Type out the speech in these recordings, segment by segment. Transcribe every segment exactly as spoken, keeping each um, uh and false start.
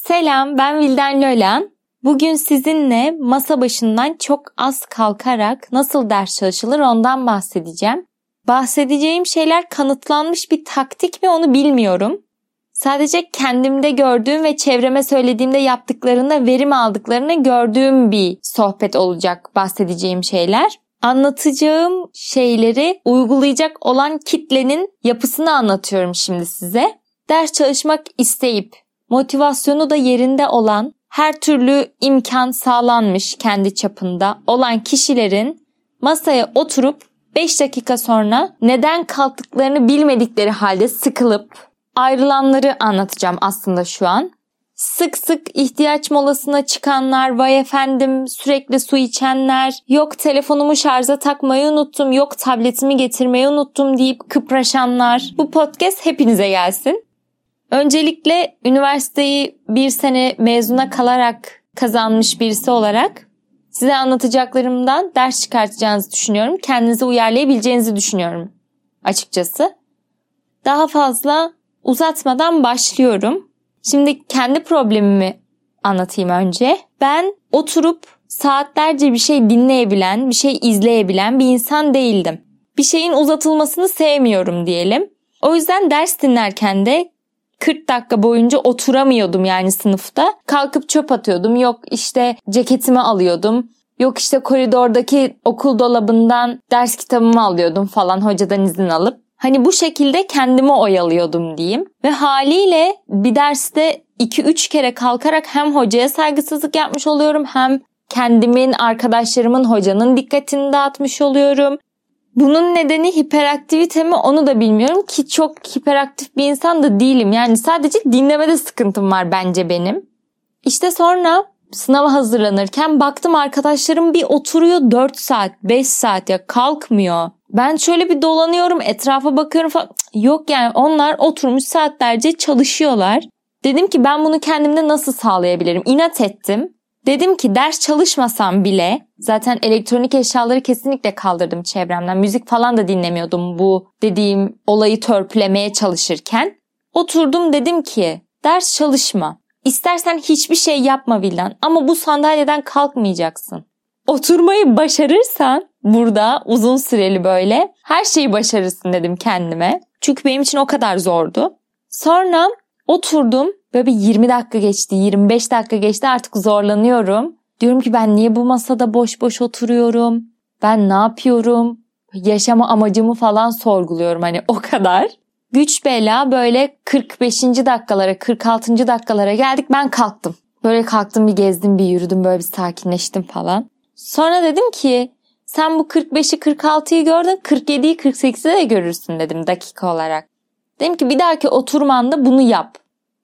Selam, ben Vildan Lölen. Bugün sizinle masa başından çok az kalkarak nasıl ders çalışılır ondan bahsedeceğim. Bahsedeceğim şeyler kanıtlanmış bir taktik mi onu bilmiyorum. Sadece kendimde gördüğüm ve çevreme söylediğimde yaptıklarında verim aldıklarını gördüğüm bir sohbet olacak bahsedeceğim şeyler. Anlatacağım şeyleri uygulayacak olan kitlenin yapısını anlatıyorum şimdi size. Ders çalışmak isteyip motivasyonu da yerinde olan, her türlü imkan sağlanmış kendi çapında olan kişilerin masaya oturup beş dakika sonra neden kalktıklarını bilmedikleri halde sıkılıp ayrılanları anlatacağım aslında şu an. Sık sık ihtiyaç molasına çıkanlar, vay efendim sürekli su içenler, yok telefonumu şarja takmayı unuttum, yok tabletimi getirmeyi unuttum deyip kıpraşanlar. Bu podcast hepinize gelsin. Öncelikle üniversiteyi bir sene mezuna kalarak kazanmış birisi olarak size anlatacaklarımdan ders çıkartacağınızı düşünüyorum. Kendinizi uyarlayabileceğinizi düşünüyorum açıkçası. Daha fazla uzatmadan başlıyorum. Şimdi kendi problemimi anlatayım önce. Ben oturup saatlerce bir şey dinleyebilen, bir şey izleyebilen bir insan değildim. Bir şeyin uzatılmasını sevmiyorum diyelim. O yüzden ders dinlerken de kırk dakika boyunca oturamıyordum yani sınıfta. Kalkıp çöp atıyordum. Yok işte ceketimi alıyordum. Yok işte koridordaki okul dolabından ders kitabımı alıyordum falan hocadan izin alıp. Hani bu şekilde kendimi oyalıyordum diyeyim. Ve haliyle bir derste iki üç kere kalkarak hem hocaya saygısızlık yapmış oluyorum hem kendimin, arkadaşlarımın, hocanın dikkatini dağıtmış oluyorum. Bunun nedeni hiperaktivite mi onu da bilmiyorum ki çok hiperaktif bir insan da değilim. Yani sadece dinlemede sıkıntım var bence benim. İşte sonra sınava hazırlanırken baktım arkadaşlarım bir oturuyor dört saat, beş saat ya kalkmıyor. Ben şöyle bir dolanıyorum, etrafa bakıyorum falan. Yok yani onlar oturmuş saatlerce çalışıyorlar. Dedim ki ben bunu kendimde nasıl sağlayabilirim? İnat ettim. Dedim ki ders çalışmasam bile zaten elektronik eşyaları kesinlikle kaldırdım çevremden. Müzik falan da dinlemiyordum bu dediğim olayı törpülemeye çalışırken. Oturdum dedim ki ders çalışma. İstersen hiçbir şey yapma Vildan ama bu sandalyeden kalkmayacaksın. Oturmayı başarırsan burada uzun süreli böyle her şeyi başarırsın dedim kendime. Çünkü benim için o kadar zordu. Sonra oturdum. Böyle bir yirmi dakika geçti, yirmi beş dakika geçti artık zorlanıyorum. Diyorum ki ben niye bu masada boş boş oturuyorum? Ben ne yapıyorum? Yaşama amacımı falan sorguluyorum hani o kadar. Güç bela böyle kırk beşinci dakikalara, kırk altıncı dakikalara geldik ben kalktım. Böyle kalktım bir gezdim bir yürüdüm böyle bir sakinleştim falan. Sonra dedim ki sen bu kırk beşi kırk altıyı gördün kırk yediyi kırk sekizi de görürsün dedim dakika olarak. Dedim ki bir dahaki oturmanda bunu yap.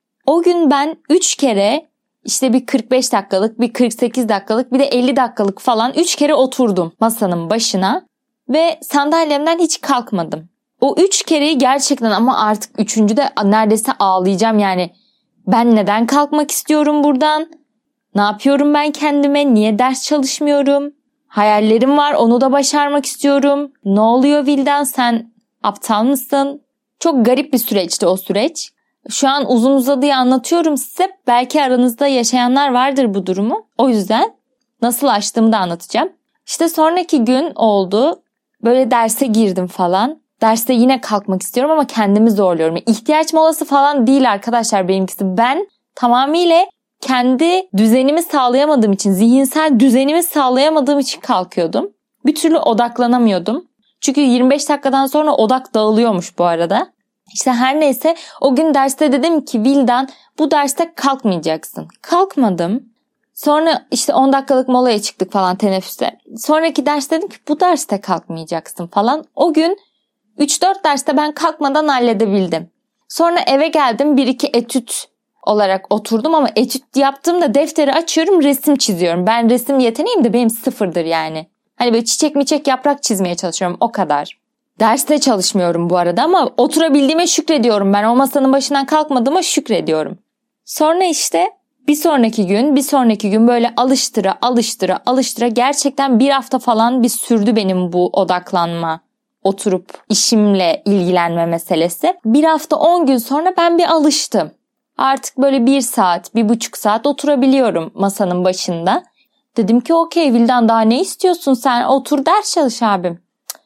O gün ben üç kere işte bir kırk beş dakikalık, bir kırk sekiz dakikalık, bir de elli dakikalık falan üç kere oturdum masanın başına ve sandalyemden hiç kalkmadım. O üç kereyi gerçekten ama artık üçüncüde neredeyse ağlayacağım yani. Ben neden kalkmak istiyorum buradan? Ne yapıyorum ben kendime? Niye ders çalışmıyorum? Hayallerim var, onu da başarmak istiyorum. Ne oluyor Vildan, sen aptal mısın? Çok garip bir süreçti o süreç. Şu an uzun uzadıya anlatıyorum size. Belki aranızda yaşayanlar vardır bu durumu. O yüzden nasıl açtığımı da anlatacağım. İşte sonraki gün oldu. Böyle derse girdim falan. Derste yine kalkmak istiyorum ama kendimi zorluyorum. İhtiyaç molası falan değil arkadaşlar benimkisi. Ben tamamıyla kendi düzenimi sağlayamadığım için, zihinsel düzenimi sağlayamadığım için kalkıyordum. Bir türlü odaklanamıyordum. Çünkü yirmi beş dakikadan sonra odak dağılıyormuş bu arada. İşte her neyse o gün derste dedim ki Vildan bu derste kalkmayacaksın. Kalkmadım. Sonra işte on dakikalık molaya çıktık falan teneffüste. Sonraki ders dedim ki bu derste kalkmayacaksın falan. O gün üç dört derste ben kalkmadan halledebildim. Sonra eve geldim bir iki etüt olarak oturdum ama etüt yaptığımda defteri açıyorum resim çiziyorum. Ben resim yeteneğim de benim sıfırdır yani. Hani böyle çiçek miçek yaprak çizmeye çalışıyorum o kadar. Derste çalışmıyorum bu arada ama oturabildiğime şükrediyorum. Ben o masanın başından kalkmadığıma şükrediyorum. Sonra işte bir sonraki gün, bir sonraki gün böyle alıştıra, alıştıra, alıştıra gerçekten bir hafta falan bir sürdü benim bu odaklanma, oturup işimle ilgilenme meselesi. Bir hafta on gün sonra ben bir alıştım. Artık böyle bir saat, bir buçuk saat oturabiliyorum masanın başında. Dedim ki okey Vildan, daha ne istiyorsun sen? Otur ders çalış abim.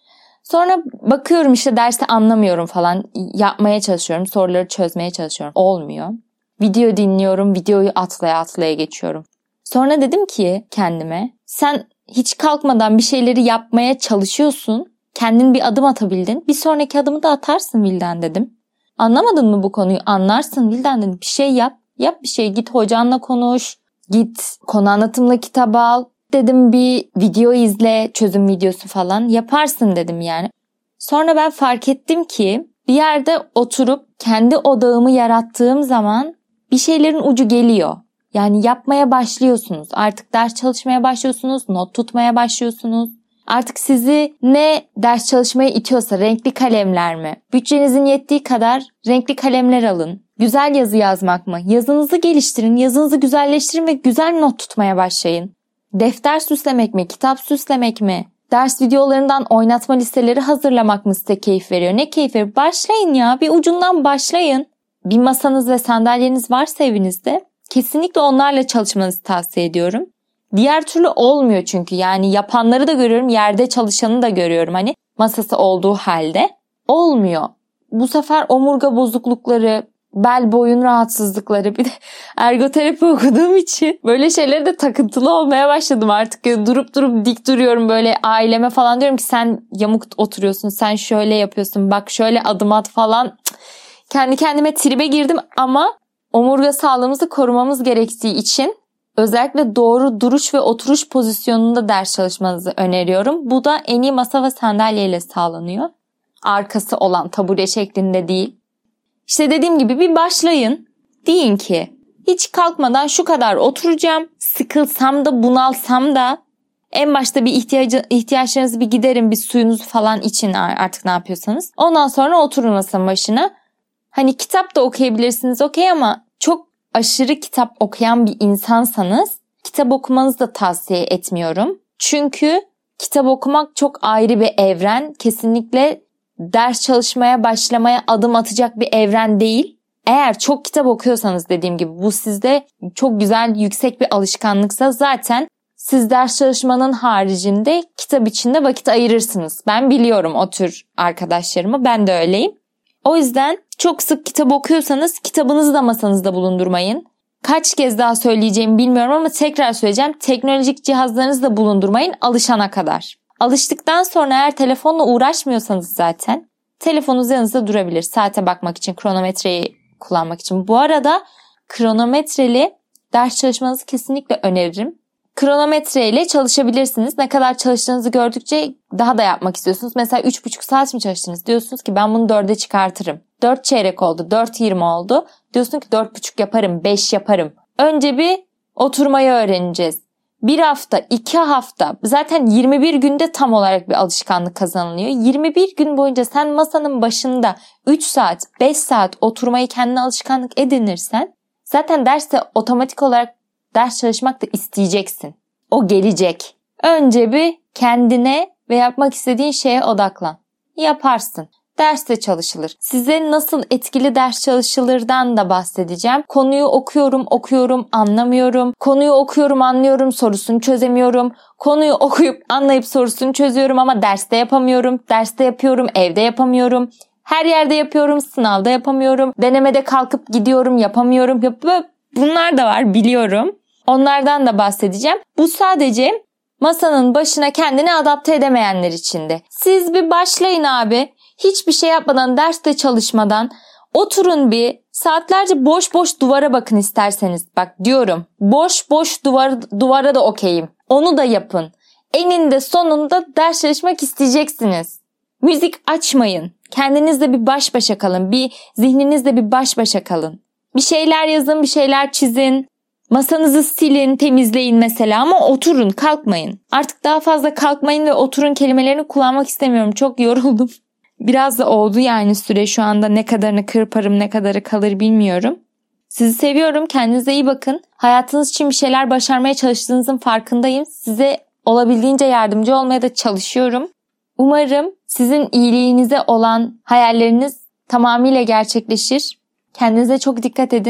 Sonra bakıyorum işte derste anlamıyorum falan. Yapmaya çalışıyorum. Soruları çözmeye çalışıyorum. Olmuyor. Video dinliyorum. Videoyu atlaya atlaya geçiyorum. Sonra dedim ki kendime, sen hiç kalkmadan bir şeyleri yapmaya çalışıyorsun. Kendin bir adım atabildin. Bir sonraki adımı da atarsın Vildan dedim. Anlamadın mı bu konuyu? Anlarsın Vildan dedim. Bir şey yap. Yap bir şey. Git hocanla konuş. Git konu anlatımlı kitabı al. Dedim bir video izle. Çözüm videosu falan. Yaparsın dedim yani. Sonra ben fark ettim ki bir yerde oturup kendi odağımı yarattığım zaman bir şeylerin ucu geliyor. Yani yapmaya başlıyorsunuz. Artık ders çalışmaya başlıyorsunuz. Not tutmaya başlıyorsunuz. Artık sizi ne ders çalışmaya itiyorsa, renkli kalemler mi? Bütçenizin yettiği kadar renkli kalemler alın. Güzel yazı yazmak mı? Yazınızı geliştirin, yazınızı güzelleştirin ve güzel not tutmaya başlayın. Defter süslemek mi? Kitap süslemek mi? Ders videolarından oynatma listeleri hazırlamak mı size keyif veriyor? Ne keyif veriyor? Başlayın ya. Bir ucundan başlayın. Bir masanız ve sandalyeniz varsa evinizde kesinlikle onlarla çalışmanızı tavsiye ediyorum. Diğer türlü olmuyor çünkü. Yani yapanları da görüyorum, yerde çalışanı da görüyorum. Hani masası olduğu halde olmuyor. Bu sefer omurga bozuklukları, bel boyun rahatsızlıkları, bir de ergoterapi okuduğum için böyle şeylere de takıntılı olmaya başladım artık. Durup durup dik duruyorum böyle, aileme falan diyorum ki sen yamuk oturuyorsun, sen şöyle yapıyorsun, bak şöyle adım at falan. Kendi kendime tribe girdim ama omurga sağlığımızı korumamız gerektiği için özellikle doğru duruş ve oturuş pozisyonunda ders çalışmanızı öneriyorum. Bu da en iyi masa ve sandalye ile sağlanıyor. Arkası olan tabure şeklinde değil. İşte dediğim gibi bir başlayın. Deyin ki hiç kalkmadan şu kadar oturacağım. Sıkılsam da bunalsam da en başta bir ihtiyacı, ihtiyaçlarınızı bir giderin. Bir suyunuzu falan için artık ne yapıyorsanız. Ondan sonra oturun masanın başına. Hani kitap da okuyabilirsiniz okey ama çok aşırı kitap okuyan bir insansanız kitap okumanızı da tavsiye etmiyorum. Çünkü kitap okumak çok ayrı bir evren. Kesinlikle ders çalışmaya başlamaya adım atacak bir evren değil. Eğer çok kitap okuyorsanız dediğim gibi bu sizde çok güzel yüksek bir alışkanlıksa zaten siz ders çalışmanın haricinde kitap içinde vakit ayırırsınız. Ben biliyorum o tür arkadaşlarımı, ben de öyleyim. O yüzden çok sık kitap okuyorsanız kitabınızı da masanızda bulundurmayın. Kaç kez daha söyleyeceğimi bilmiyorum ama tekrar söyleyeceğim. Teknolojik cihazlarınızı da bulundurmayın alışana kadar. Alıştıktan sonra eğer telefonla uğraşmıyorsanız zaten telefonunuz yanınızda durabilir. Saate bakmak için, kronometreyi kullanmak için. Bu arada kronometreli ders çalışmanızı kesinlikle öneririm. Kronometreyle çalışabilirsiniz. Ne kadar çalıştığınızı gördükçe daha da yapmak istiyorsunuz. Mesela üç buçuk saat mi çalıştınız? Diyorsunuz ki ben bunu dörde çıkartırım. dört çeyrek oldu, dört yirmi oldu. Diyorsun ki dört buçuk yaparım, beş yaparım. Önce bir oturmayı öğreneceğiz. Bir hafta, iki hafta, zaten yirmi bir günde tam olarak bir alışkanlık kazanılıyor. yirmi bir gün boyunca sen masanın başında üç saat, beş saat oturmayı kendine alışkanlık edinirsen zaten derste otomatik olarak ders çalışmak da isteyeceksin. O gelecek. Önce bir kendine ve yapmak istediğin şeye odaklan. Yaparsın. Derste çalışılır. Size nasıl etkili ders çalışılırdan da bahsedeceğim. Konuyu okuyorum, okuyorum, anlamıyorum. Konuyu okuyorum, anlıyorum, sorusunu çözemiyorum. Konuyu okuyup anlayıp sorusunu çözüyorum ama derste yapamıyorum. Derste yapıyorum, evde yapamıyorum. Her yerde yapıyorum, sınavda yapamıyorum. Denemede kalkıp gidiyorum, yapamıyorum. Bunlar da var, biliyorum. Onlardan da bahsedeceğim. Bu sadece masanın başına kendini adapte edemeyenler içindi. Siz bir başlayın abi. Hiçbir şey yapmadan, derste çalışmadan oturun bir. Saatlerce boş boş duvara bakın isterseniz. Bak diyorum, boş boş duvar, duvara da okeyim. Onu da yapın. Eninde sonunda ders çalışmak isteyeceksiniz. Müzik açmayın. Kendinizle bir baş başa kalın. Bir zihninizle bir baş başa kalın. Bir şeyler yazın, bir şeyler çizin. Masanızı silin, temizleyin mesela ama oturun, kalkmayın. Artık daha fazla kalkmayın ve oturun kelimelerini kullanmak istemiyorum. Çok yoruldum. Biraz da oldu yani süre, şu anda ne kadarını kırparım, ne kadarı kalır bilmiyorum. Sizi seviyorum, kendinize iyi bakın. Hayatınız için bir şeyler başarmaya çalıştığınızın farkındayım. Size olabildiğince yardımcı olmaya da çalışıyorum. Umarım sizin iyiliğinize olan hayalleriniz tamamıyla gerçekleşir. Kendinize çok dikkat edin.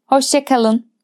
Hoşça kalın.